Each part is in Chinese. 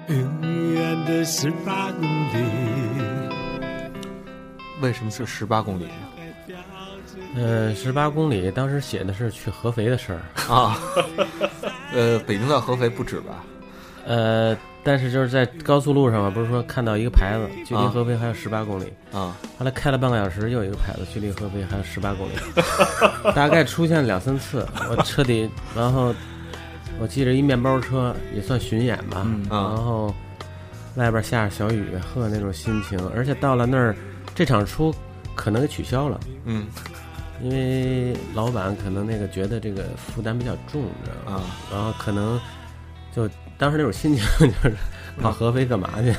永远的18公里。 为什么是18公里 ？18公里，当时写的是去合肥的事儿啊。北京到合肥不止吧？ 但是就是在高速路上嘛，不是说看到一个牌子，距离合肥还有18公里啊。 后来开了半个小时，又有一个牌子，距离合肥还有18公里，大概出现2、3次。我车底，然后我记着一面包车，也算巡演吧。然后外边下着小雨，呵，那种心情。而且到了那儿，这场出可能给取消了。因为老板可能那个觉得这个负担比较重，你知道吗？然后可能就当时那种心情就是跑合肥干嘛去？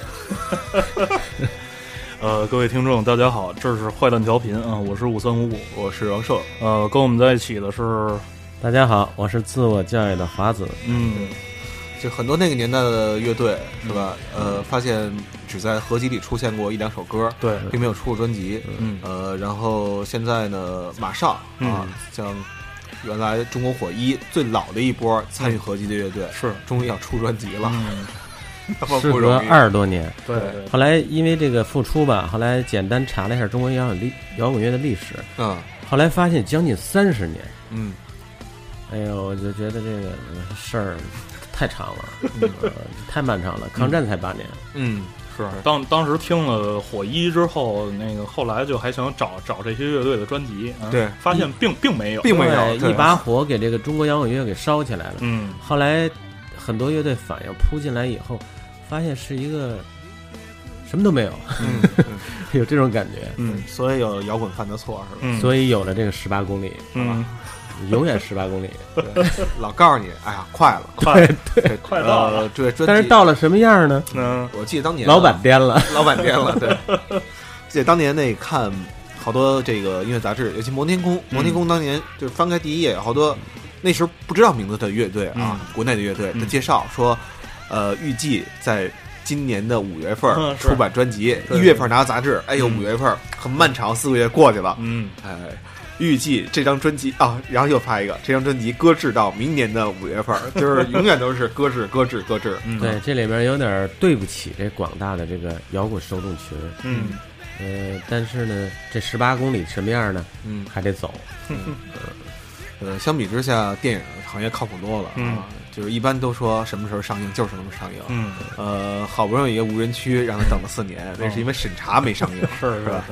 各位听众大家好，这是坏蛋调频啊，我是5355， 我是王硕。 跟我们在一起的是， 大家好，我是自我教育的华子。 就很多那个年代的乐队是吧？发现只在合集里出现过1、2首歌， 对， 并没有出过专辑。然后现在呢，马上像原来中国火1最老的一波参与合集的乐队， 是终于要出专辑了。 时隔20多年， 对。 后来因为这个复出吧，后来简单查了一下中国摇滚乐的历史，后来发现将近30年。哎呦，我就觉得这个事儿太长了，太漫长了。抗战才8年。 是当时听了火1之后，那个后来就还想找这些乐队的专辑， 对， 发现并没有， 一把火给这个中国摇滚乐给烧起来了。后来很多乐队反应扑进来以后，发现是一个什么都没有，有这种感觉。 所以有摇滚犯的错是吧？ 所以有了这个18公里，永远18公里。 老告诉你，哎呀，快了， 对， 快到了。 对， 但是到了什么样呢？ 我记得当年老板颠了， 对。记得当年那看好多这个音乐杂志，尤其摩天宫当年就是翻开第一页，好多那时候不知道名字的乐队啊，国内的乐队的介绍说，预计在今年的5月份出版专辑，1月份拿杂志，哎呦，5月份很漫长，4个月过去了，预计这张专辑啊，然后又发一个，这张专辑搁置到明年的5月份，就是永远都是搁置。 对，这里边有点对不起这广大的这个摇滚受众群。但是呢，这18公里什么样呢？还得走。 相比之下，电影行业靠谱多了啊。就是一般都说什么时候上映就是什么时候上映。好不容易一个无人区让他等了4年，那是因为审查没上映， 是吧？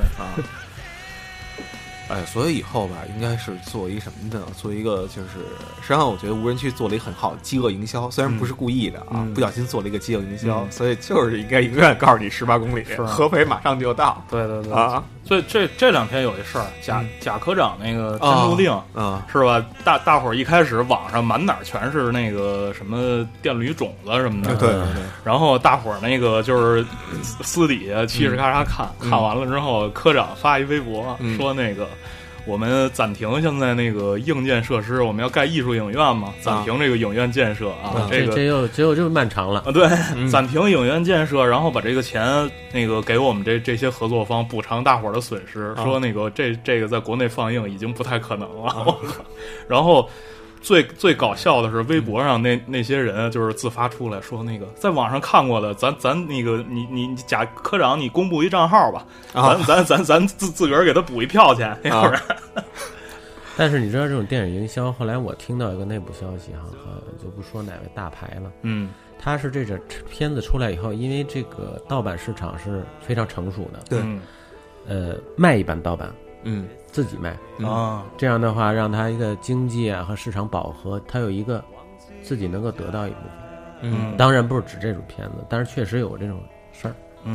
所以以后吧，应该是做一个什么的？做一个就是，实际上我觉得无人区做了一个很好的饥饿营销，虽然不是故意的啊，不小心做了一个饥饿营销，所以就是应该永远告诉你18公里，合肥马上就到。 对啊！所以这2天有一事儿，贾科长那个天注定是吧？大伙儿一开始网上满哪全是那个什么电驴种子什么的， 对。 然后大伙儿那个就是私底下嘁哧咔嚓看完了之后，科长发一微博说那个。我们暂停现在那个硬件设施，我们要盖艺术影院嘛，暂停这个影院建设啊。 这又漫长了啊。对，暂停影院建设，然后把这个钱那个给我们这些合作方补偿大伙儿的损失，说那个这个在国内放映已经不太可能了。然后最搞笑的是，微博上那些人就是自发出来说，那个在网上看过的，咱那个你贾科长，你公布一账号吧，咱自个儿给他补一票钱，要不然。 但是你知道这种电影营销，后来我听到一个内部消息哈，就不说哪位大牌了，他是这个片子出来以后，因为这个盗版市场是非常成熟的， 对， 卖一版盗版，自己卖这样的话让他一个经济啊和市场饱和，他有一个自己能够得到一部分。当然不是指这种片子，但是确实有这种事儿。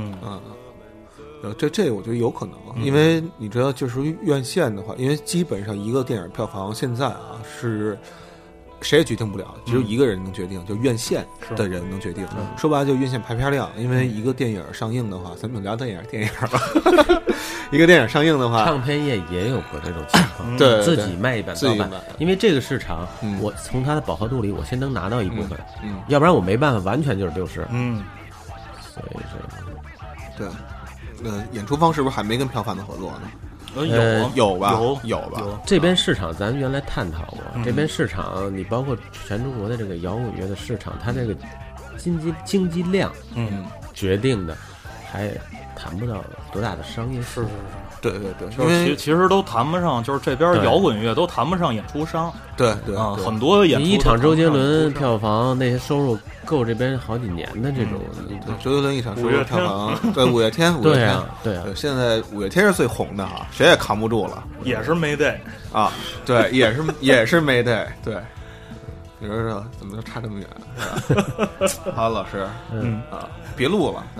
这我觉得有可能，因为你知道，就是院线的话，因为基本上一个电影票房现在啊是谁也决定不了，只有一个人能决定，就院线的人能决定。说白了，就院线排片量，因为一个电影上映的话，咱们聊电影吧。一个电影上映的话， 唱片业也有过这种情况， 对， 自己卖一版盗版，因为这个市场，我从它的饱和度里，我先能拿到一部分，要不然我没办法完全就是丢失。所以对。演出方是不是还没跟票贩子合作呢？ 有吧？ 这边市场咱原来探讨过，这边市场你包括全中国的这个摇滚乐的市场，它这个经济量决定的，还谈不到多大的商业是。 对对对， 就是其实都谈不上，就是这边摇滚乐都谈不上演出商。 对对啊，很多演出一场周杰伦票房那些收入够这边好几年的这种。 周杰伦一场收入票房，对五月天， 对啊，对啊， 现在五月天是最红的哈，谁也扛不住了。 也是 Mayday 啊，对，也是 Mayday， 对。你说怎么就差这么远？是吧？好，老师，别录了。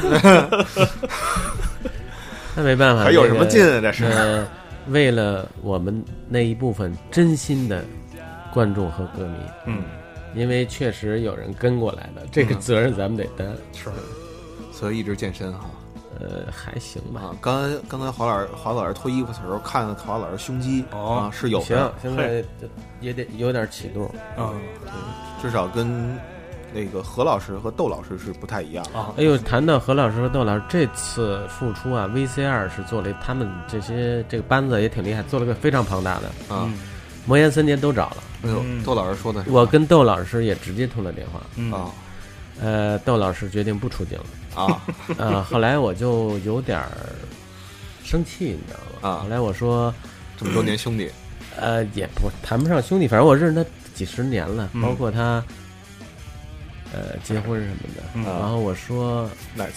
那没办法， 还有什么劲啊？这是为了我们那一部分真心的观众和歌迷，因为确实有人跟过来的，这个责任咱们得担。 是， 所以一直健身哈。 还行吧。 刚才华老师脱衣服的时候，看华老师胸肌是有的。 行，现在也得有点起度至少跟那个何老师和窦老师是不太一样啊。哎呦，谈到何老师和窦老师这次复出啊 ，VCR 是做了他们这个班子也挺厉害，做了个非常庞大的啊。魔岩3杰都找了。 哎呦，窦老师说的是， 我跟窦老师也直接通了电话啊。 窦老师决定不出镜了啊。 后来我就有点生气，你知道吗？后来我说， 这么多年兄弟， 也不谈不上兄弟，反正我认识他几十年了，包括他。结婚什么的，然后我说，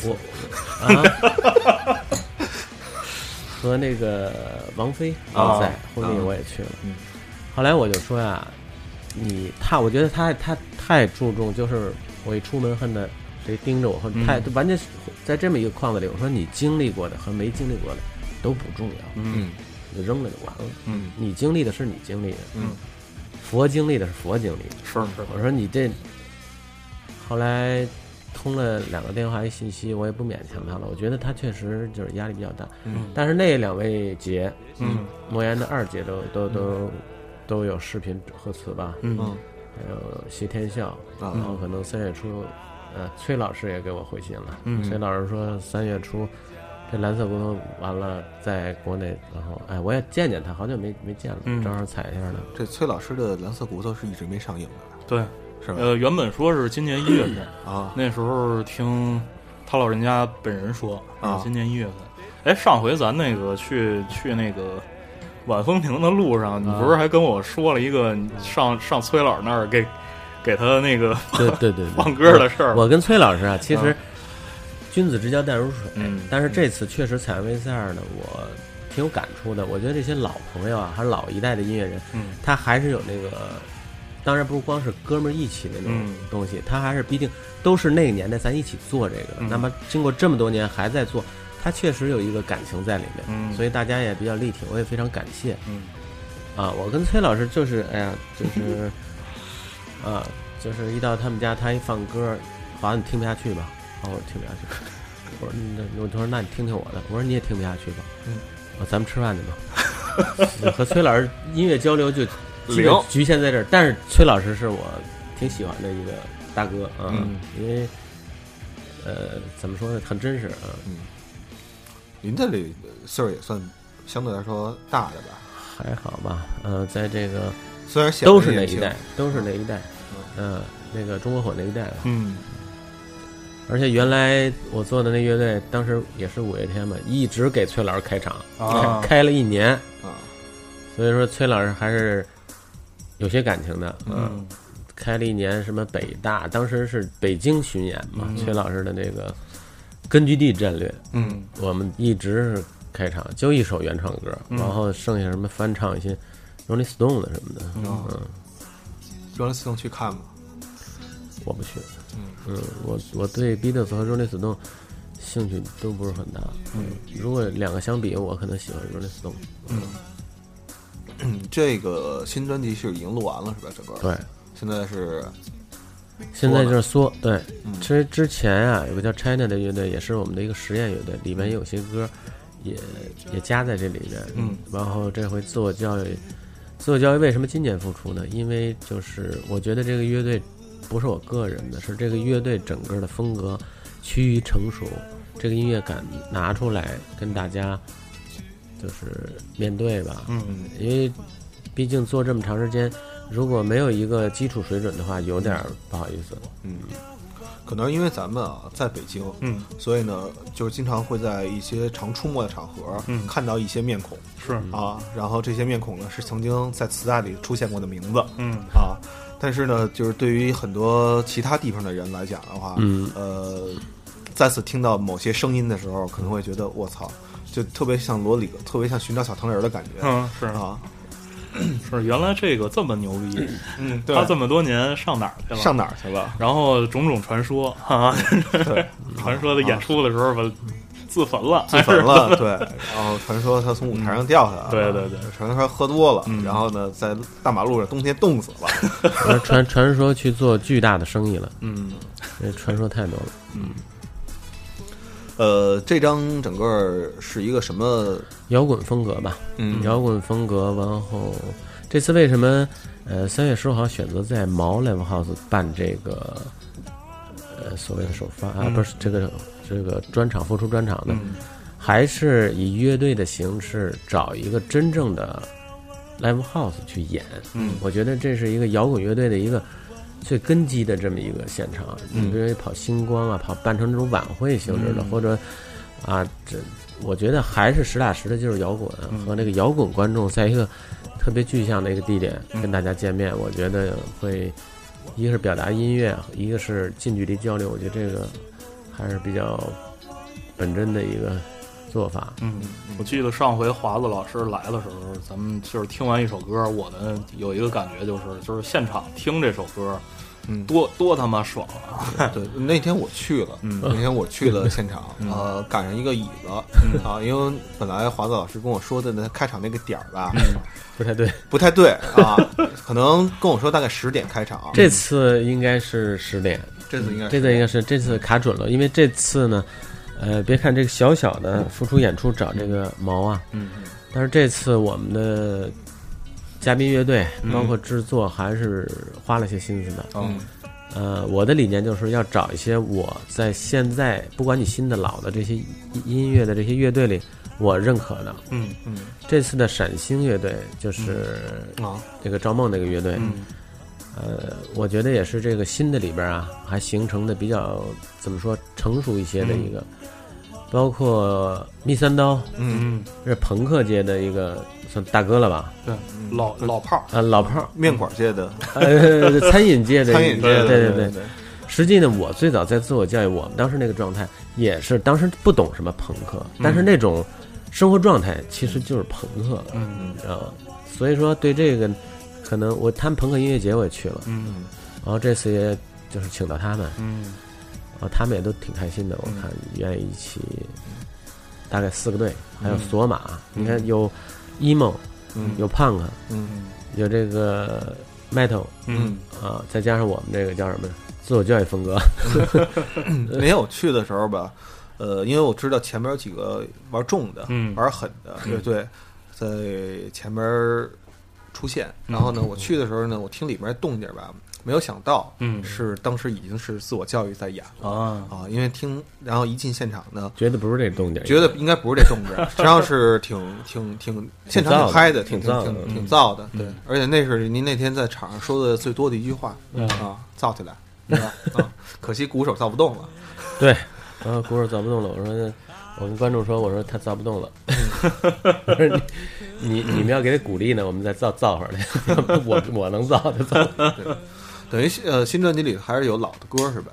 和那个王菲在婚礼我也去了。后来我就说呀，我觉得他太注重，就是我一出门恨的谁盯着我，或者太完全在这么一个框子里。我说你经历过的和没经历过的都不重要，你就扔了就完了。你经历的是你经历的，佛经历的是佛经历的。 是， 我说你这。后来通了2个电话一信息，我也不勉强他了。我觉得他确实就是压力比较大。但是那2位姐，魔岩的2姐都有视频贺词吧。还有谢天笑，然后可能3月初，崔老师也给我回信了。崔老师说3月初这蓝色骨头完了，在国内，然后我也见他，好久没见了，正好踩一下呢。 这崔老师的蓝色骨头是一直没上映的。 对。原本说是今年1月份啊，那时候听他老人家本人说今年1月份。哎，上回咱那个去那个晚风亭的路上，你不是还跟我说了一个上崔老那儿给他那个对放歌的事儿。 我跟崔老师啊，其实君子之交淡如水，但是这次确实采 VCR 呢，我挺有感触的。我觉得这些老朋友啊，还是老一代的音乐人，他还是有那个。当然不光是哥们儿一起那种东西，他还是毕竟都是那个年代咱一起做这个的。那么经过这么多年还在做，他确实有一个感情在里面，所以大家也比较力挺，我也非常感谢。我跟崔老师就是，就是一到他们家，他一放歌，好像你听不下去吧？我听不下去。我说那你听听我的。我说你也听不下去吧？咱们吃饭去吧。和崔老师音乐交流就。局限在这儿，但是崔老师是我挺喜欢的一个大哥啊，因为怎么说呢，很真实啊。 您这里岁数也算相对来说大的吧？ 还好吧，在这个虽然都是那一代，那个中国火那一代的，而且原来我做的那乐队，当时也是5月天嘛，一直给崔老师开场，开了1年啊，所以说崔老师还是。有些感情的，开了1年，什么北大，当时是北京巡演嘛，崔老师的那个根据地战略，我们一直是开场，就一首原创歌，然后剩下什么翻唱一些 Rolling Stone 的什么的 ，Rolling Stone 去看吗？ 我不去，我对 Beatles 和 Rolling Stone 兴趣都不是很大，如果2个相比，我可能喜欢 Rolling Stone， 这个新专辑是已经录完了是吧？整个对，现在就是缩对。之前啊，有个叫 China 的乐队，也是我们的一个实验乐队，里面有些歌也加在这里面。然后这回自我教育为什么今年复出呢？因为就是我觉得这个乐队不是我个人的，是这个乐队整个的风格趋于成熟，这个音乐感拿出来跟大家。就是面对吧，因为毕竟做这么长时间，如果没有一个基础水准的话，有点不好意思。 可能因为咱们啊在北京，所以呢，就是经常会在一些常出没的场合，看到一些面孔， 是啊，然后这些面孔呢是曾经在磁带里出现过的名字，啊，但是呢，就是对于很多其他地方的人来讲的话，再次听到某些声音的时候，可能会觉得我操，就特别像罗里，特别像寻找小糖人的感觉， 是啊。 是原来这个这么牛逼， 对， 他这么多年上哪儿去了？ 上哪儿去了？ 然后种种传说啊，传说的演出的时候把自焚了， 对，然后传说他从舞台上掉下来了， 对， 传说喝多了，然后呢在大马路上冬天冻死了， 传说去做巨大的生意了，这传说太多了， 这张整个是一个什么摇滚风格吧？摇滚风格。然后这次为什么3月15号选择在毛 Live House 办这个所谓的首发啊？不是这个专场复出专场的，还是以乐队的形式找一个真正的 Live House 去演。我觉得这是一个摇滚乐队的一个最根基的这么一个现场，你比如跑星光啊，办成这种晚会性质的，或者啊，这我觉得还是实打实的就是摇滚和那个摇滚观众在一个特别具象的一个地点跟大家见面，我觉得会一个是表达音乐，一个是近距离交流，我觉得这个还是比较本真的一个做法。 我记得上回华子老师来的时候，咱们就是听完一首歌，我的有一个感觉就是现场听这首歌，多他妈爽啊！ 对，那天我去了，那天我去了现场，赶上一个椅子，啊，因为本来华子老师跟我说的那开场那个点儿吧，不太对啊，可能跟我说大概10点开场， 这次应该是10点， 这次应该是这次卡准了，因为这次呢。别看这个小小的复出演出找这个毛啊，但是这次我们的嘉宾乐队包括制作还是花了些心思的。我的理念就是要找一些我在现在不管你新的老的这些音乐的这些乐队里我认可的。这次的闪星乐队就是这个赵梦那个乐队。我觉得也是这个新的里边啊，还形成的比较怎么说成熟一些的一个，包括密三刀，是朋克界的一个算大哥了吧？ 对，老炮啊，老炮， 面馆界的， 餐饮界的， 对。 实际呢，我最早在自我教育，我们当时那个状态也是，当时不懂什么朋克，但是那种生活状态其实就是朋克，知道吗？所以说对这个。可能他们朋克音乐节我也去了，然后这次也就是请到他们，他们也都挺开心的，我看愿意一起，大概4个队，还有索马，你看有 emo，有 punk，有这个 metal，再加上我们这个叫什么自我教育风格。 那天我去的时候吧，因为我知道前面有几个玩重的，玩狠的乐队在前面出现，然后呢，我去的时候呢，我听里面动静吧，没有想到，是当时已经是自我教育在演了因为听，然后一进现场呢， 觉得不是这动静， 觉得应该不是这动静，实际上是挺现场挺嗨的，挺燥的，对，而且那是您那天在场上说的最多的一句话燥起来，对吧？可惜鼓手造不动了， 对，然后鼓手造不动了，我跟观众说，我说他造不动了，你们要给他鼓励呢，我们再造会儿来，我能造就造。 等于新专辑里还是有老的歌是吧？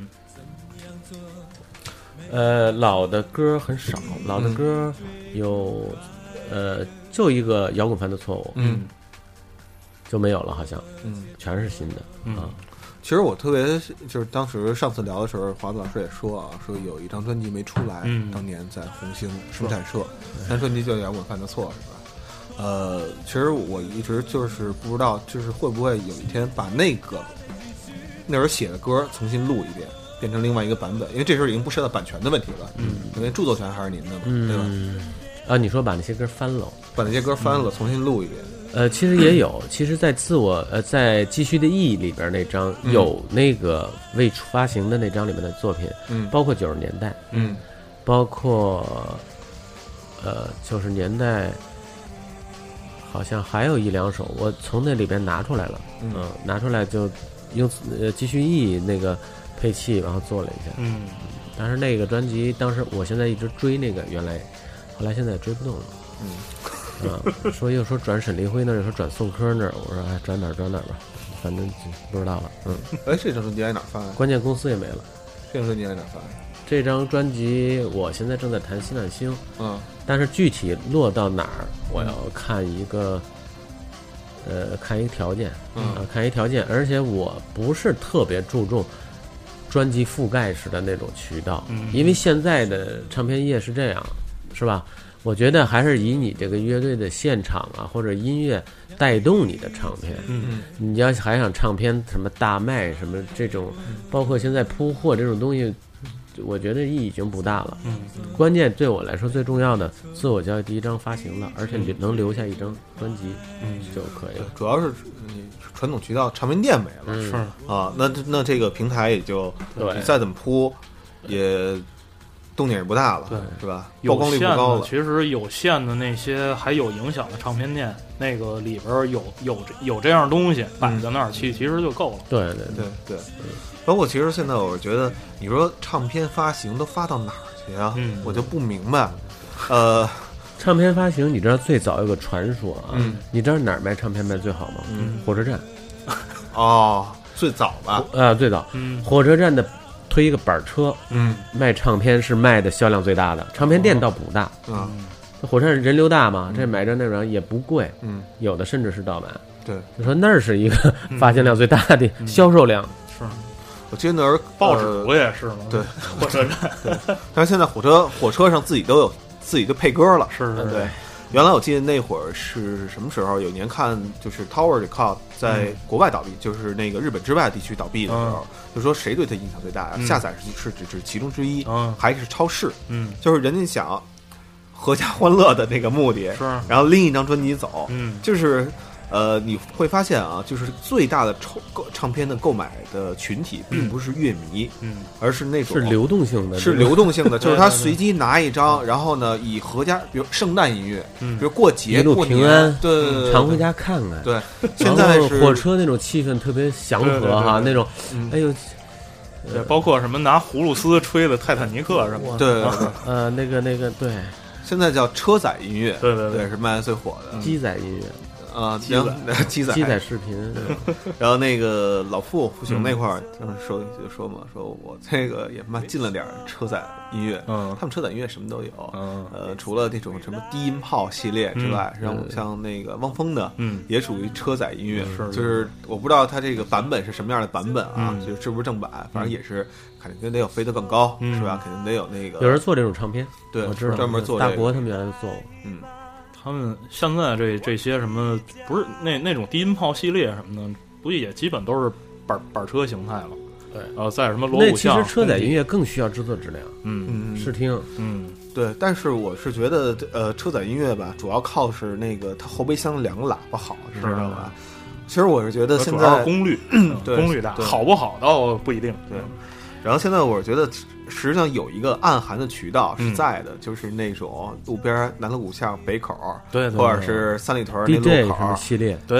老的歌很少，老的歌有就一个摇滚范的错误，就没有了，好像，全是新的啊。 其实我特别就是当时上次聊的时候，华子老师也说啊，说有一张专辑没出来，当年在红星生产社，那专辑叫《摇滚犯的错》是吧？其实我一直就是不知道，就是会不会有一天把那时候写的歌重新录一遍，变成另外一个版本，因为这时候已经不涉及到版权的问题了，因为著作权还是您的嘛，对吧？ 你说把那些歌翻了， 重新录一遍。 其实也有，其实在在继续的意义里边那张有那个未发行的那张里面的作品，包括90年代，包括90年代好像还有1、2首，我从那里边拿出来了，拿出来就用继续意义那个配器，然后做了一下。但是那个专辑当时我现在一直追那个，原来后来现在也追不动了。说又说转沈黎辉那儿，又说转宋柯那儿，我说转哪儿吧，反正不知道了。 这张专辑在哪儿发呀？ 关键公司也没了。 这张专辑在哪儿发呀？ 这张专辑我现在正在谈新浪星，但是具体落到哪儿，我要看一个，看一个条件，看一条件，而且我不是特别注重专辑覆盖式的那种渠道，因为现在的唱片业是这样，是吧？我觉得还是以你这个乐队的现场啊，或者音乐带动你的唱片。你要还想唱片什么大卖什么这种，包括现在铺货这种东西，我觉得意义已经不大了。关键对我来说最重要的，自我交易第一张发行了，而且能留下一张专辑，就可以了。 主要是传统渠道唱片店没了， 是啊，那这个平台也就你再怎么铺，也动静也不大了，对，是吧？曝光率不高了。 其实有限的那些还有影响的唱片店，那个里边有这样东西摆在那儿，其实就够了。 对。 包括其实现在我觉得，你说唱片发行都发到哪儿去啊？我就不明白。 唱片发行，你知道最早有个传说啊？你知道哪儿卖唱片卖最好吗？火车站。 哦，最早吧？ 最早。火车站的推一个板车，卖唱片是卖的销量最大的，唱片店倒不大。火车站人流大嘛，这买这那种也不贵。有的甚至是盗版。 对， 就说那儿是一个发行量最大的，销售量是。 我记得那儿报纸不也是吗？ 对， 火车站。 但是现在火车上自己都有自己的配歌了。 是的， 对。原来我记得那会儿是什么时候？有年看就是 Tower Records 在国外倒闭，就是那个日本之外地区倒闭的时候，就说谁对他影响最大呀？下载是只是其中之一，还是超市？就是人家想合家欢乐的那个目的， 是， 然后拎一张专辑走，就是。你会发现啊，就是最大的唱片的购买的群体，并不是乐迷，而是那种是流动性的， 是流动性的，就是他随机拿一张，然后呢，以合家，比如圣诞音乐，比如过节、过平安， 对， 常回家看看。 对，现在是火车那种气氛特别祥和哈，那种，哎呦， 对，包括什么拿葫芦丝吹的泰坦尼克什么， 对， 那个对， 现在叫车载音乐， 对， 是卖的最火的机载音乐。 机载视频， 然后那个老傅雄那块儿说嘛，说我这个也进了点车载音乐，他们车载音乐什么都有，除了那种什么低音炮系列之外，像那个汪峰的，也属于车载音乐，就是我不知道他这个版本是什么样的版本啊，就是不是正版，反正也是肯定得有飞得更高，是吧？肯定得有那个有人做这种唱片， 对， 我知道专门做大国他们原来做过， 他们现在这些什么不是那种低音炮系列什么的，估计也基本都是板车形态了。对，再什么锣鼓巷， 那其实车载音乐更需要制作质量，试听， 对。但是我是觉得，车载音乐吧，主要靠是那个它后备箱的两个喇叭好，知道吧？其实我是觉得现在功率，功率大，好不好倒不一定。 对，然后现在我觉得实际上有一个暗含的渠道是在的，就是那种路边南锣鼓巷北口， 对， 或者是三里屯那路口系列， 就是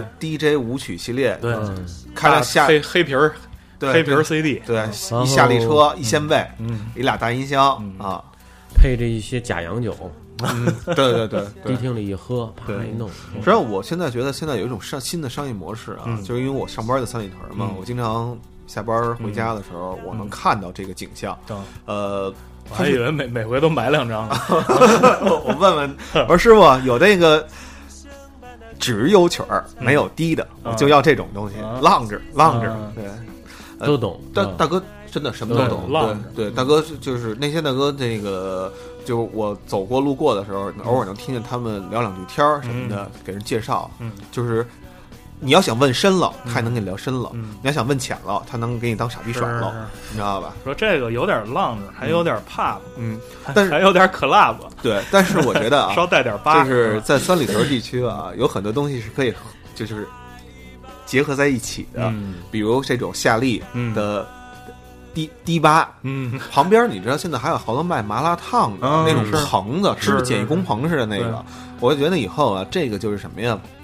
DJ 舞曲系列， 对， 开了下黑皮儿，黑皮儿 CD， 对，一下力车，一掀背，一俩大音箱啊， 配着一些假洋酒。 对， 迪厅里一喝，啪一弄。 实际上，我现在觉得现在有一种新的商业模式啊，就是因为我上班在三里屯嘛，我经常下班回家的时候，我能看到这个景象。 我还以为每回都买2张。 我问问，我说师傅，有那个只有曲儿没有低的，我就要这种东西，浪着，对， 都懂。 大哥真的什么都懂，对，大哥就是那些大哥那个。就我走过路过的时候，偶尔能听见他们聊两句天儿什么的，给人介绍。就是你要想问深了，他还能给你聊深了；你要想问浅了，他能给你当傻逼耍了，你知道吧？ 说这个有点浪着，还有点 pub，但是还有点 club。 对，但是我觉得啊， 稍带点八， 就是在三里屯地区啊，有很多东西是可以就是结合在一起的，比如这种夏利的。低八，旁边你知道现在还有好多卖麻辣烫的那种棚子，是不是简易工棚似的那个？我就觉得以后啊，这个就是什么呀？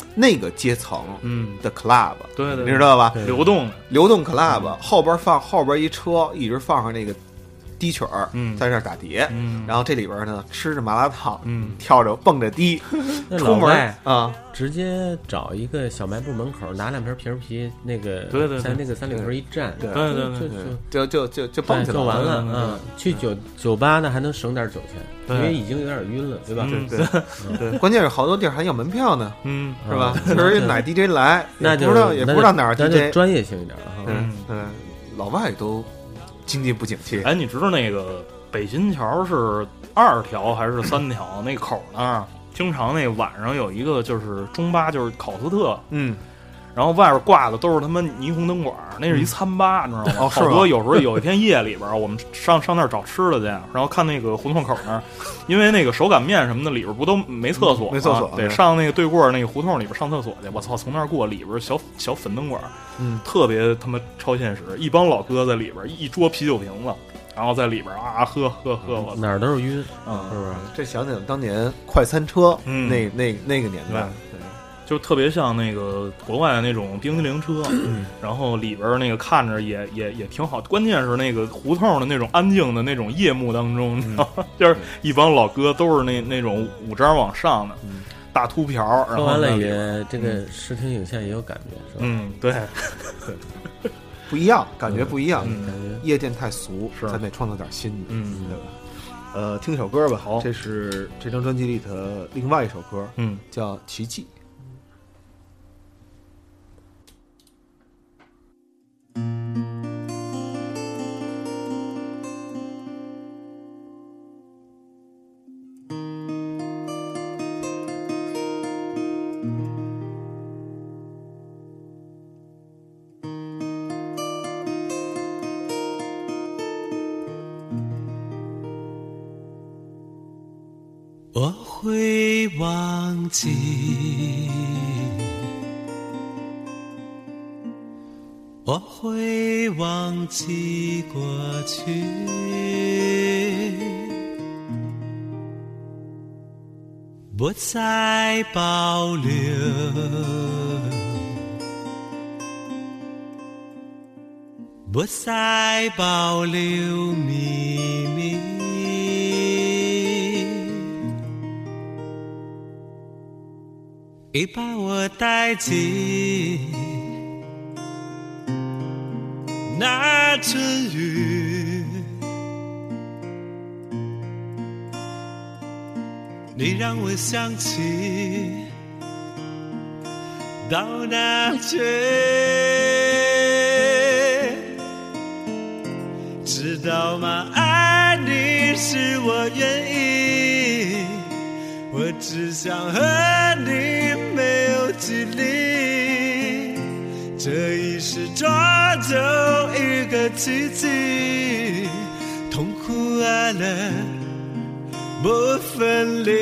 那个阶层的 club， 对， 你知道吧？ 流动 club 后边一车一直放上那个低曲儿，在这儿打碟，然后这里边呢吃着麻辣烫，跳着蹦着迪，出门啊， 直接找一个小卖部门口拿2瓶瓶啤，那个对， 在那个三里屯一站， 对，就蹦起来就完了。去酒吧呢还能省点酒钱，因为已经有点晕了，对吧？ 对，关键是好多地儿还要门票呢，是吧？确实哪 DJ 来， 那就也不知道哪儿 DJ， 专业性一点了。 老外都经济不景气。 哎，你知道那个北新桥是2条还是3条？那口那儿经常那晚上有一个就是中巴，就是考斯特，然后外边挂的都是他妈霓虹灯管，那是一餐吧，你知道吗？好多有时候有一天夜里边，我们上那儿找吃的去，然后看那个胡同口那儿，因为那个手擀面什么的里边不都没厕所吗？ 没厕所， 得上那个对过那个胡同里边上厕所去。我操，从那儿过里边小粉灯管，特别他妈超现实。一帮老哥在里边，一桌啤酒瓶子，然后在里边啊喝，我哪儿都是晕，是不是？这想想当年快餐车，那个年代。 就特别像那个国外那种冰激凌车，然后里边那个看着也挺好。关键是那个胡同的那种安静的那种夜幕当中，就是一帮老哥都是那种五张往上的，大秃瓢，然后完了也这个视听影像也有感觉，是吧？ 对， 不一样，感觉不一样。 感觉夜店太俗，咱得创造点新的，对吧？听首歌吧。好，这是这张专辑里的另外一首歌，叫《奇迹》。 我会忘记，我会忘记过去，不再保留，不再保留秘密。已把我带进那春雨，你让我想起到那天，知道吗？爱你是我愿意，我只想和你没有距离，这一世抓住一个奇迹，痛苦爱了不分离，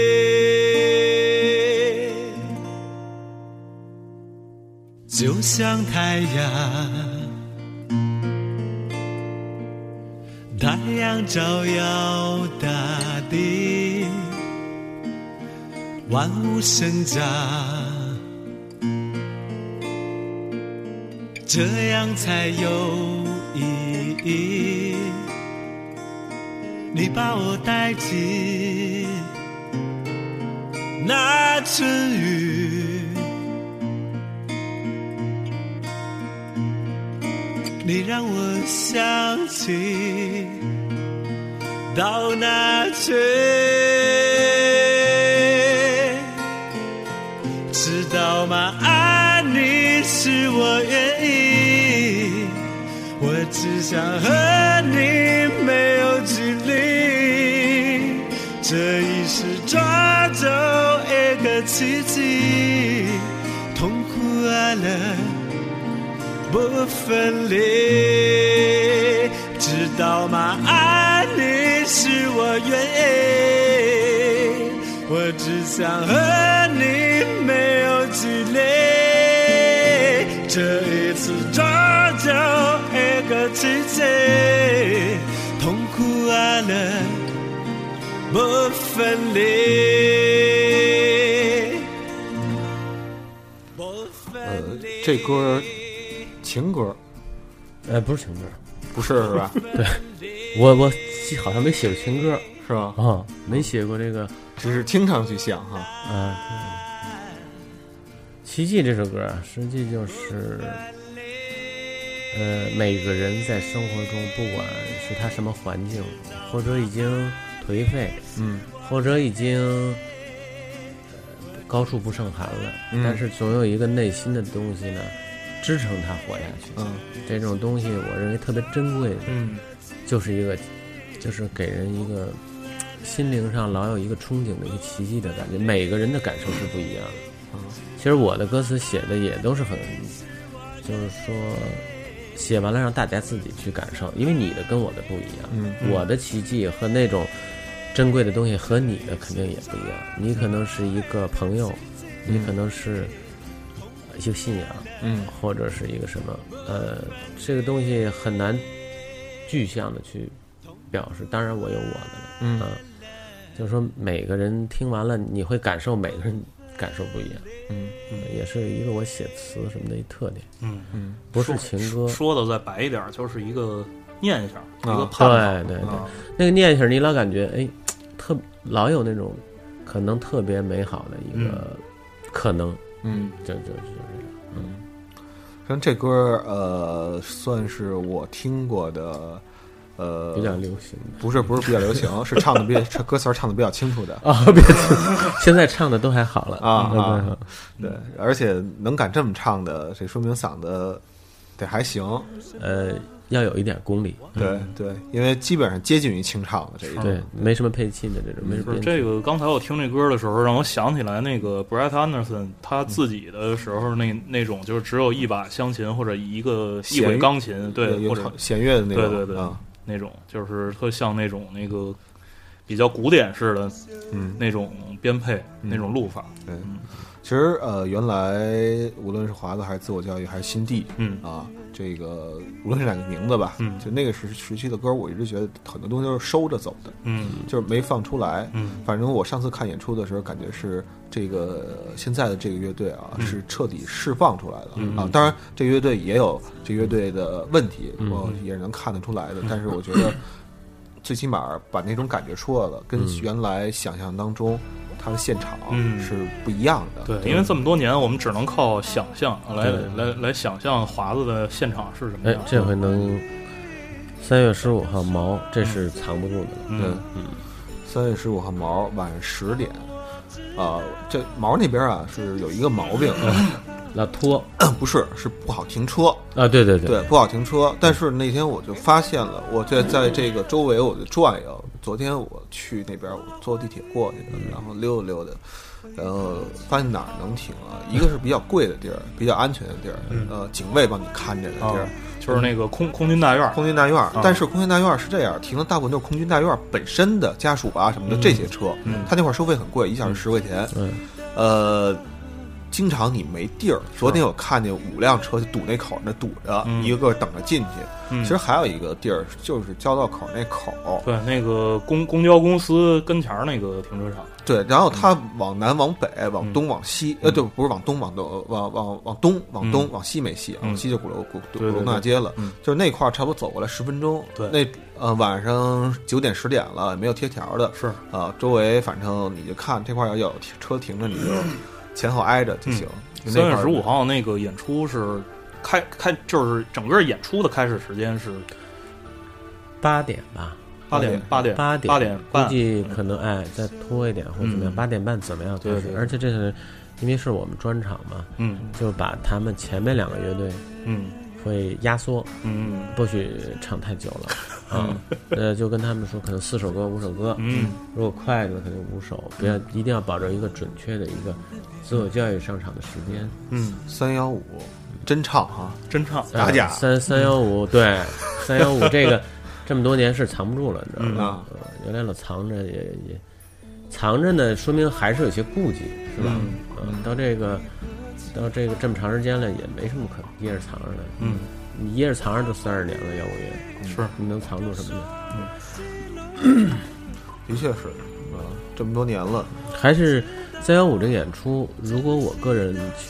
就像太阳，太阳照耀大地，万物生长，这样才有意义。你把我带进那春雨，你让我想起到那天，知道吗？爱你是我愿意，我只想和你没有距离，这一世抓住一个奇迹，痛苦爱了不分离，知道吗？爱你是我愿意，我只想和你没有距离，这一次抓住一个奇迹，痛苦爱了不分离。 这歌情歌， 不是情歌， 不是是吧？ 对，我好像没写过情歌， 是吧？ 啊，没写过这个， 只是听上去像哈。 奇迹这首歌啊，实际就是，每个人在生活中，不管是他什么环境，或者已经颓废，或者已经高处不胜寒了，但是总有一个内心的东西呢，支撑他活下去。这种东西我认为特别珍贵的，就是给人一个心灵上老有一个憧憬的一个奇迹的感觉。每个人的感受是不一样的。其实我的歌词写的也都是很，就是说写完了让大家自己去感受，因为你的跟我的不一样，我的奇迹和那种珍贵的东西和你的肯定也不一样。你可能是一个朋友，你可能是一个信仰，或者是一个什么，这个东西很难具象的去表示。当然我有我的了，就是说每个人听完了，你会感受每个人感受不一样，也是一个我写词什么的一特点，不是情歌， 说的再白一点，就是一个念想，一个盼望， 对，那个念想你老感觉老有那种可能特别美好的一个可能，就是这样， 像这歌算是我听过的。 比较流行的， 不是比较流行，是唱的歌词唱的比较清楚的啊。现在唱的都还好了啊。 对，而且能敢这么唱的，这说明嗓子得还行。 要有一点功力。 对，因为基本上接近于清唱的这一种。 对，没什么配器的这种，没什么编曲。 这个刚才我听这歌的时候，让我想起来那个 Brett Anderson 他自己的时候那种就是只有一把香琴或者一轨钢琴，对，或者弦乐的那种， 对。那种就是特像那种那个比较古典式的，那种编配，那种录法。 对，其实原来无论是华子还是自我教育还是新地，这个无论是哪个名字吧，就那个时期的歌，我一直觉得很多东西都是收着走的，就是没放出来。反正我上次看演出的时候，感觉是这个现在的这个乐队啊，是彻底释放出来了啊。当然，这个乐队也有这个乐队的问题，我也是能看得出来的。但是我觉得，最起码把那种感觉出来了，跟原来想象当中它的现场是不一样的。 对，因为这么多年我们只能靠想象来想象华子的现场是什么样。 这回能3月15号毛，这是藏不住的。 3月15号毛晚上10点，这毛那边啊是有一个毛病， 老拖， 不是不好停车啊。对， 不好停车。但是那天我就发现了，我在这个周围我就转悠。昨天我去那边，我坐地铁过去的，然后溜达溜达，然后发现哪儿能停啊？一个是比较贵的地儿，比较安全的地儿，警卫帮你看着的地儿， 就是那个空军大院。 空军大院，但是空军大院是这样，停的大部分都是空军大院本身的家属啊什么的这些车，他那块收费很贵，1小时10块钱，经常你没地儿。昨天我看见5辆车就堵那口，那堵着，一个个等着进去。其实还有一个地儿就是交道口那口， 对，那个公交公司跟前那个停车场。 对，然后它往南往北往东往西，对，不是往东往东，往东往西没戏，往西就鼓楼大街了。就是那块差不多走过来10分钟。 对， 那晚上9点10点了，没有贴条的， 是周围反正你就看这块要有车停着，你就前后挨着就行。 3月15号那个演出是开，就是整个演出的开始时间是 8点吧 ，8点半，估计可能再拖一点或者怎么样，8点半怎么样？ 对， 而且这是因为是我们专场嘛，就把他们前面2个乐队，会压缩，不许唱太久了，就跟他们说，可能4首歌、5首歌，如果快的肯定5首，一定要保证一个准确的一个自我教育上场的时间。 315真唱哈， 真唱打假 315，对315这个这么多年是藏不住了，你知道吗？原来老藏着也藏着呢，说明还是有些顾忌，是吧？到这个这么长时间了，也没什么可掖着藏着的。你掖着藏着就30年了，摇滚乐， 是你能藏住什么呢？的确是这么多年了， 还是315这个演出，如果我个人去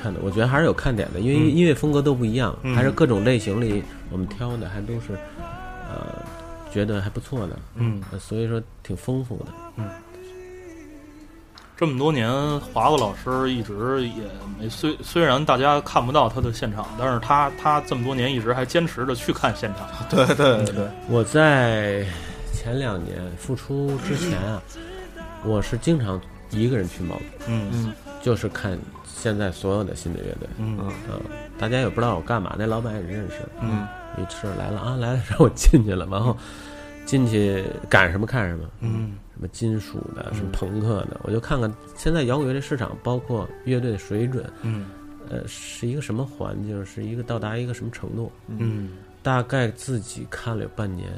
看的，我觉得还是有看点的，因为音乐风格都不一样，还是各种类型里我们挑的还都是觉得还不错的，所以说挺丰富的。 这么多年，华子老师一直也没虽然大家看不到他的现场，但是他这么多年一直还坚持着去看现场。 对， 我在前2年复出之前啊，我是经常一个人去毛肚，就是看现在所有的新的乐队，大家也不知道我干嘛，那老板也认识，一吃来了让我进去了，然后进去赶什么看什么，什么金属的，什么朋克的，我就看看现在摇滚乐的市场，包括乐队的水准，是一个什么环境，是一个到达一个什么程度，大概自己看了有半年，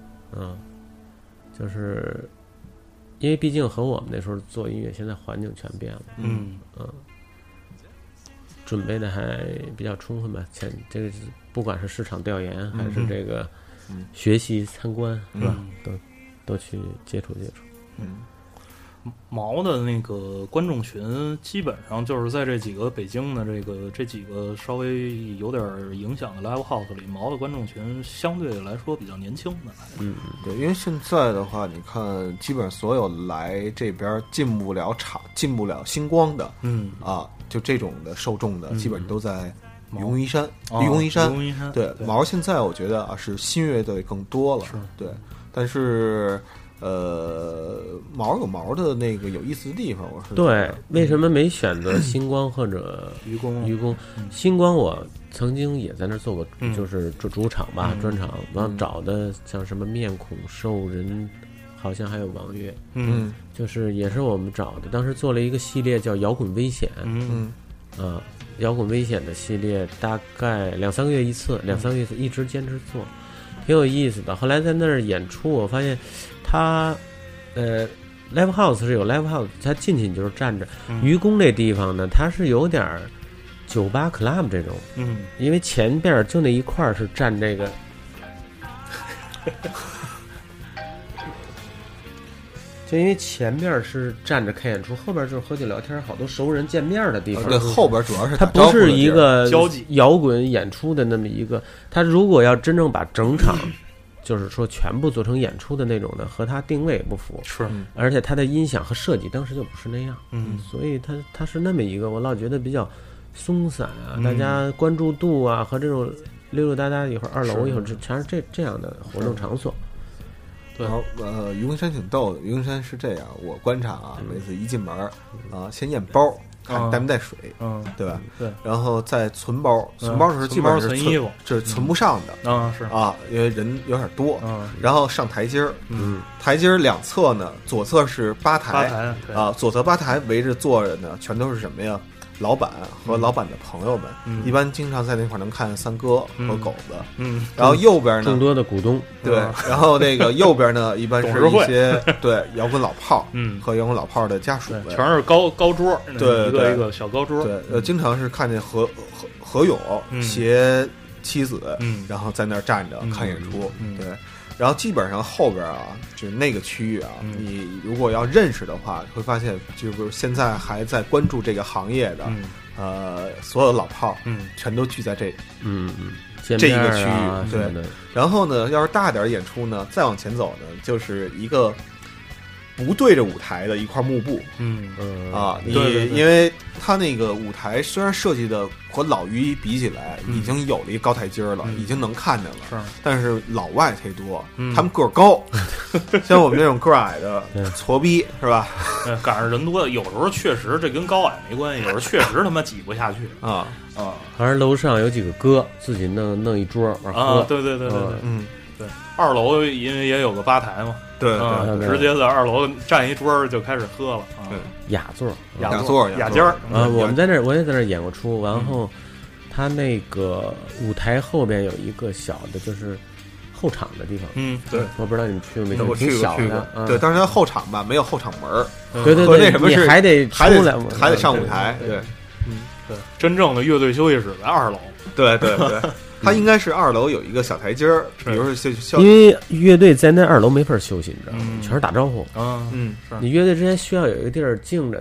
就是因为毕竟和我们那时候做音乐，现在环境全变了，准备的还比较充分吧，这个不管是市场调研还是这个学习参观，是吧？都去接触。 毛的那个观众群基本上就是在这几个北京的这几个稍微有点影响的 live house 里，毛的观众群相对来说比较年轻的。 对，因为现在的话，你看，基本上所有来这边进不了星光的，就这种的受众的，基本上都在愚公移山。愚公移山，对，毛现在我觉得是新乐队更多了，对，但是。毛有毛的那个有意思的地方，我是对。为什么没选择星光或者愚公？星光我曾经也在那儿做过，就是主场吧，专场，然后找的像什么面孔兽人，好像还有王月，就是也是我们找的。当时做了一个系列叫摇滚危险，摇滚危险的系列，大概2-3个月一次，一直坚持做。挺有意思的。后来在那儿演出，我发现他live house 是有 live house， 他进去你就是站着。愚公那地方呢，它是有点酒吧 club 这种，因为前边就那一块是站这个。就因为前边是站着看演出，后边就是喝酒聊天，好多熟人见面的地方。 对，后边主要是它不是一个摇滚演出的那么一个。他如果要真正把整场，就是说全部做成演出的那种的，和他定位也不符。 是， 而且他的音响和设计当时就不是那样。所以他是那么一个，我老觉得比较松散啊，大家关注度啊和这种溜溜达达，一会儿2楼，一会儿全是这样的活动场所。 然后愚公山挺逗的，愚公山是这样，我观察啊，每次一进门先验包，看带没带水，对吧？ 对， 然后再存包，存包的时候基本上是存衣服， 这是存不上的是因为人有点多，然后上台阶儿，台阶儿两侧呢，左侧是吧台左侧吧台围着坐着呢，全都是什么呀？老板和老板的朋友们，一般经常在那块能看见三哥和狗子，然后右边呢更多的股东， 对，然后那个右边呢，一般是一些对摇滚老炮，和摇滚老炮的家属们， 全是高桌， 对， 一个小高桌， 对，经常是看见何勇携妻子，然后在那儿站着看演出，对。然后基本上后边就那个区域你如果要认识的话，会发现就是现在还在关注这个行业的，所有老炮，全都聚在这一个区域，对。然后呢，要是大点演出呢，再往前走呢，就是一个不对着舞台的一块幕布， 对， 因为它那个舞台虽然设计的和老于比起来，已经有了一个高台阶了，已经能看见了，但是老外忒多，他们个儿高，像我们这种个儿矮的矬逼是吧？ 赶上人多，有时候确实这跟高矮没关系，有时候确实他妈挤不下去还是楼上有几个哥自己弄一桌喝， 对，对，2楼因为也有个吧台嘛。 对， 直接在2楼站一桌就开始喝了。 雅座雅间儿我们在那儿，我也在那儿演过出。然后他那个舞台后边有一个小的，就是后场的地方。 对， 我不知道你们去过没？ 我去过。 对，但是它后场吧没有后场门。 对，那什么是还得上舞台。对， 对，真正的乐队休息室在2楼。 对。它应该是2楼有一个小台阶儿，比如说因为乐队在那2楼没法休息，你知道吗？全是打招呼。 是你乐队之前需要有一个地儿静着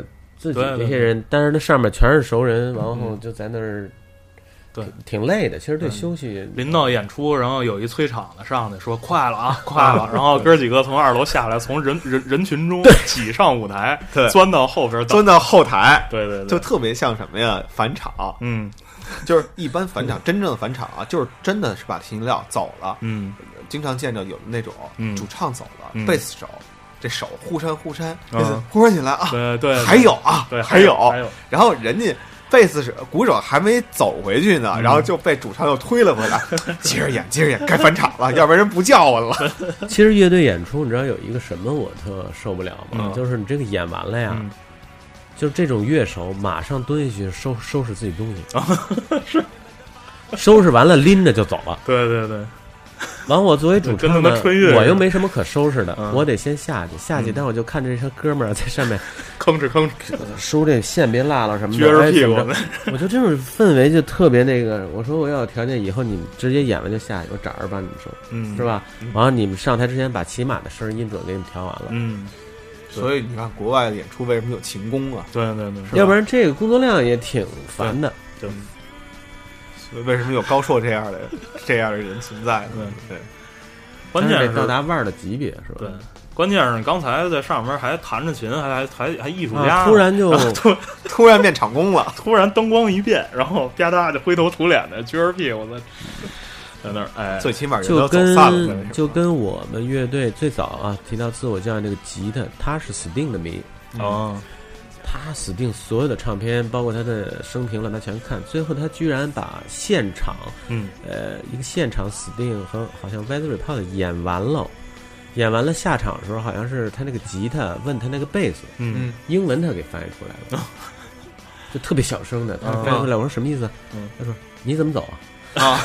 自己这些人，但是那上面全是熟人，然后就在那儿。 对， 挺累的。其实对休息， 临到演出，然后有一催场的上去说快了啊，快了，然后哥几个从2楼下来，从人群中挤上舞台，钻到后边， 钻到后台， 对， 就特别像什么呀？返场，就是一般返场，真正的返场啊，就是真的是把提琴料走了，经常见着有那种主唱走了，贝斯手这手忽闪忽闪起来啊， 对， 还有啊， 对， 还有，然后人家。贝斯手、鼓手还没走回去呢，然后就被主唱又推了回来。接着演，该返场了，要不然人不叫我了。 其实乐队演出，你知道有一个什么我特受不了吗？就是你这个演完了呀，就是这种乐手马上蹲下去收拾自己东西，是收拾完了拎着就走了。 对。 完，我作为主唱呢，我又没什么可收拾的，我得先下去，但我就看着这些哥们儿在上面吭哧收这线别落了什么的， 撅着屁股。 我觉得这种氛围就特别那个。我说我要有条件，以后你们直接演完就下去，我找人帮你们收，是吧？完了你们上台之前把起码的声音准给你们调完了。 所以你看国外的演出为什么有琴工啊？ 对， 要不然这个工作量也挺烦的。 对。 为什么有高硕这样的人存在呢？对， 关键是到达腕儿的级别是吧？ 对，关键是刚才在上面还弹着琴，还艺术家， 突然就突然变场工了， 突然灯光一变，然后吧嗒就灰头土脸的撅着屁股在那儿，哎， 最起码人都走散了。 就跟我们乐队最早啊提到自我教育那个吉他，他是 Sting 的迷他Sting所有的唱片，包括他的生平了，他全看。最后他居然把现场，一个现场Sting和好像 Weather Report 演完了下场的时候，好像是他那个吉他问他那个贝斯，英文他给翻译出来了，就特别小声的，他翻译出来，我说什么意思？他说你怎么走啊？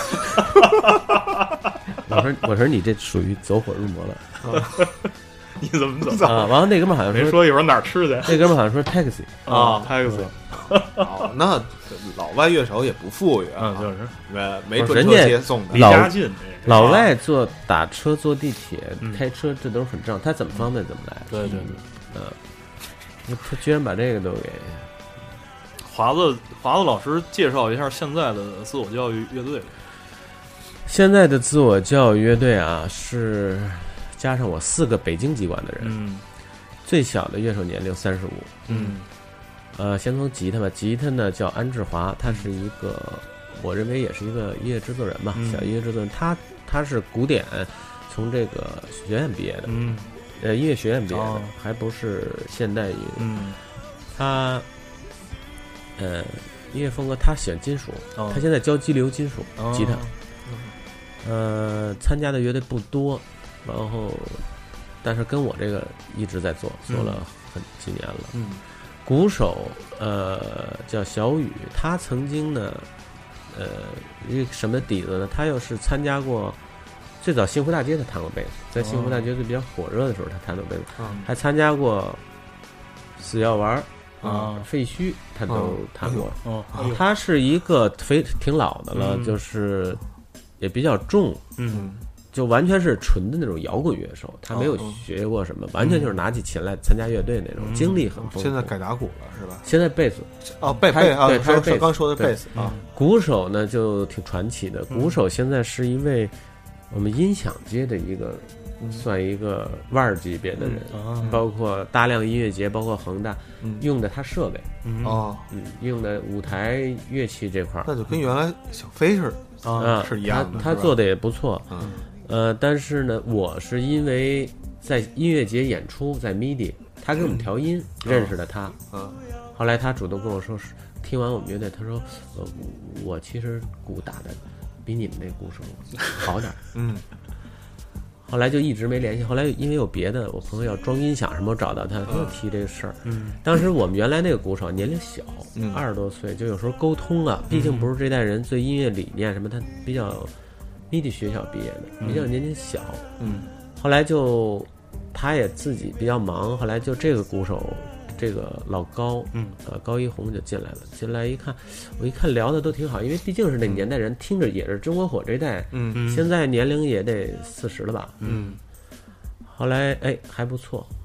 我说你这属于走火入魔了。 你怎么走啊？完了，那哥们好像没说一会儿哪儿吃去。 那哥们好像说 taxi taxi。 那老外乐手也不富裕啊， 就是没专车接送的， 离家近。 老外打车、坐地铁、开车，这都是很正常，他怎么方便怎么来。 对， 他居然把这个都给。 华子老师介绍一下现在的自我教育乐队。 现在的自我教育乐队啊是。加上我4个北京籍贯的人，最小的乐手年龄35，先从吉他吧，吉他呢叫安志华，他是一个，我认为也是一个音乐制作人吧，小音乐制作人，他是古典，从这个学院毕业的，音乐学院毕业的，还不是现代音乐，他，音乐风格他喜欢金属，他现在教激流金属吉他，参加的乐队不多。然后，但是跟我这个一直在做了几年了。鼓手叫小雨，他曾经呢，一个什么底子呢？他又是参加过最早幸福大街，他弹过贝斯，在幸福大街最比较火热的时候，他弹过贝斯，还参加过死要玩废墟，他都弹过。他是一个挺老的了，就是也比较重，就完全是纯的那种摇滚乐手，他没有学过什么，完全就是拿起琴来参加乐队那种，经历很丰富。 现在改打鼓了是吧？ 现在贝斯贝啊， 对，他是刚说的贝斯啊。 鼓手呢就挺传奇的，鼓手现在是一位我们音响界的一个算一个腕儿级别的人，包括大量音乐节，包括恒大用的他设备用的舞台乐器这块儿， 那就跟原来小飞似的是一样的。 他做的也不错，但是呢，我是因为在音乐节演出，在 MIDI， 他给我们调音，认识的他。后来他主动跟我说，听完我们乐队，他说，我其实鼓打的比你们那鼓手好点。后来就一直没联系。后来因为有别的，我朋友要装音响什么，我找到他，就提这个事儿。当时我们原来那个鼓手年龄小，20多岁，就有时候沟通了，毕竟不是这代人，对音乐理念什么，他比较。MIDI 学校毕业的，比较年纪小，后来就他也自己比较忙，后来就这个鼓手，这个老高，高一红就进来了。进来一看，我一看聊的都挺好，因为毕竟是那年代人，听着也是中国火这一代，现在年龄也得40了吧，后来还不错，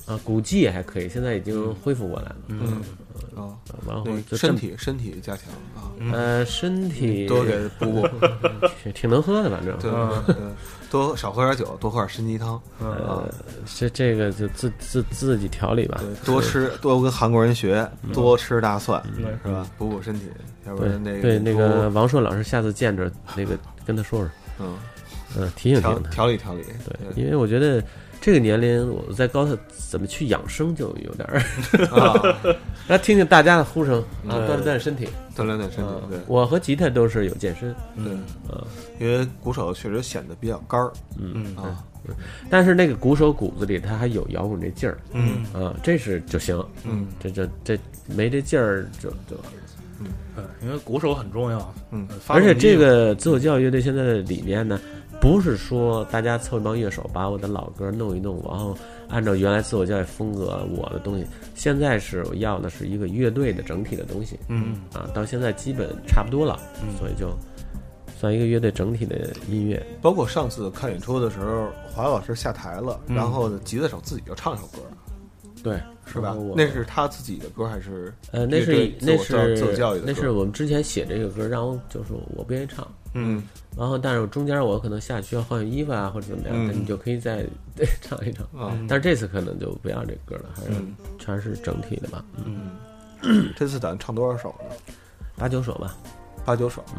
古迹也还可以，现在已经恢复过来了。然后就身体加强啊。 身体多给补补， 挺能喝的，反正对，多少喝点酒，多喝点参鸡汤。 这个就自己调理吧。 多跟韩国人学，多吃大蒜，是吧？补补身体，要不然那个王朔老师下次见着那个跟他说说，提醒他调理。 对，因为我觉得这个年龄我在告诉他怎么去养生就有点来听听大家的呼声锻炼身体。 对， 我和吉他都是有健身， 因为鼓手确实显得比较干儿， 但是那个鼓手骨子里他还有摇滚这劲儿，这是就行，这没这劲儿就因为鼓手很重要， 而且这个自我教育乐队现在的理念呢，不是说大家凑一帮乐手把我的老歌弄一弄，然后按照原来自我教育风格我的东西，现在是我要的是一个乐队的整体的东西，到现在基本差不多了，所以就算一个乐队整体的音乐。 包括上次看演出的时候，华老师下台了，然后吉他手自己就唱一首歌， 对， 是吧？那是他自己的歌还是？ 那是自我教育的歌？ 那是我们之前写这个歌，让我就是我不愿意唱，然后但是中间我可能下去要换衣服啊或者怎么样，你就可以再唱一唱，但是这次可能就不要这歌了，还是全是整体的吧。 这次打算唱多少首呢 ？8、9首吧。 8、9首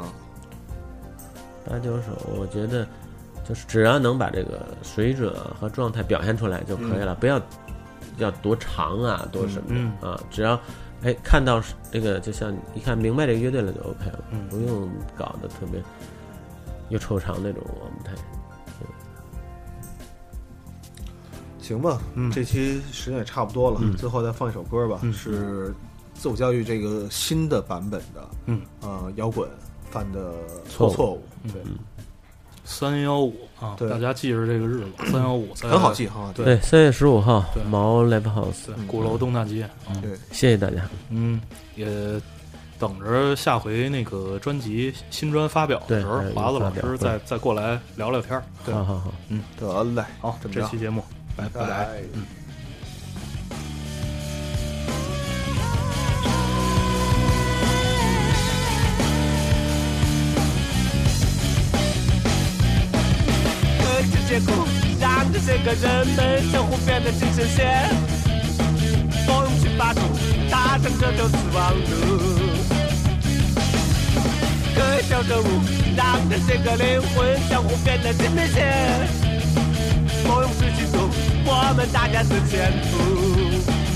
8、9首，我觉得就是只要能把这个水准和状态表现出来就可以了，不要多长啊，多什么只要看到这个，就像一看明白这个乐队了就 OK 了，不用搞得特别又臭长那种，我不太行吧。这期时间也差不多了，最后再放一首歌吧，是自我教育这个新的版本的，摇滚犯的错误，对。 315啊，大家记着这个日子，315 很好记哈。 对，3月15号，毛 Live House， 鼓楼东大街。 对， 谢谢大家。 也等着下回那个专辑新专发表的时候，华子老师再过来聊聊天。 好， 得嘞， 好，这期节目，拜拜。 让这些个人们生活变得更新鲜，不用去发出踏上这条死亡路。歌笑着舞，让这些个灵魂相互变得更明显，不用失去走我们大家的前途。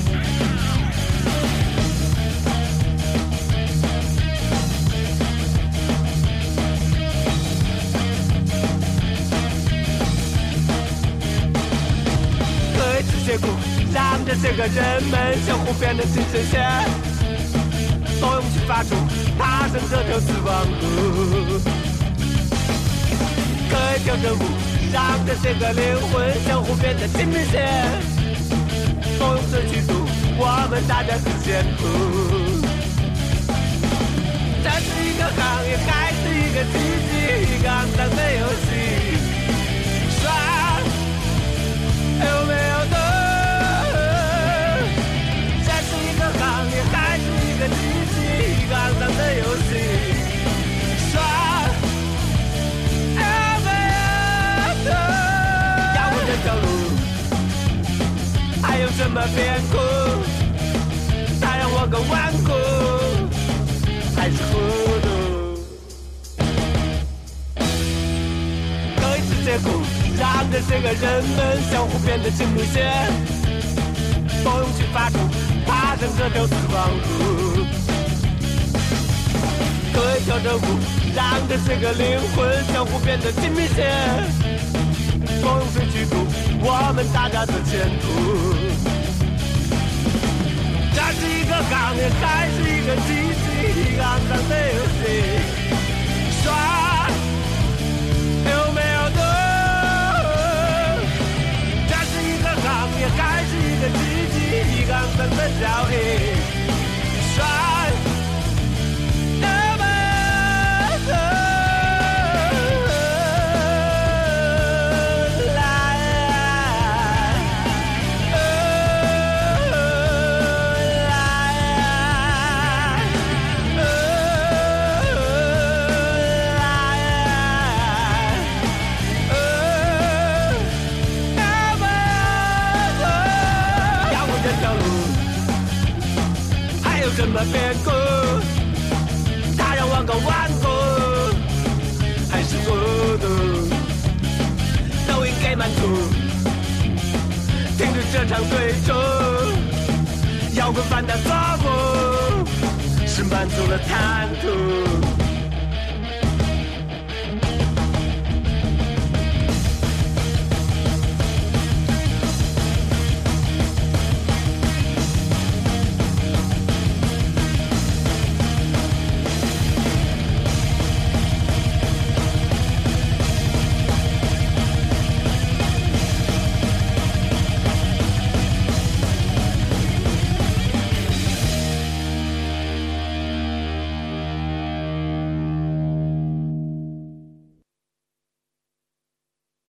让这些个人们相互变得更新鲜，不用去发出踏上这条死亡路。可以跳着舞，让这些个灵魂相互变得更明显，不用去去赌我们大家的前途。这是一个行业，还是一个奇迹？一个肮脏的游戏，耍有没有懂？还是一个奇迹，一个肮脏的游戏，耍有没有懂？要不这条路还有什么变故？它让我更顽固，还是糊涂？可以直接哭，让这些个人们相互变得更明显，不用去发出踏上这条死亡路。可以跳着舞，让这些个灵魂相互变得更明显，不用去赌我们大家的前途。这是一个行业，还是一个奇迹？一个肮脏的游戏，耍有没有懂？这是一个行业，还是一个奇迹？一个肮脏的交易，耍有没有懂？来， 有什么变故？他让我够顽固，还是孤独，都应该满足。停止这场对决，摇滚犯的错误是满足了贪图。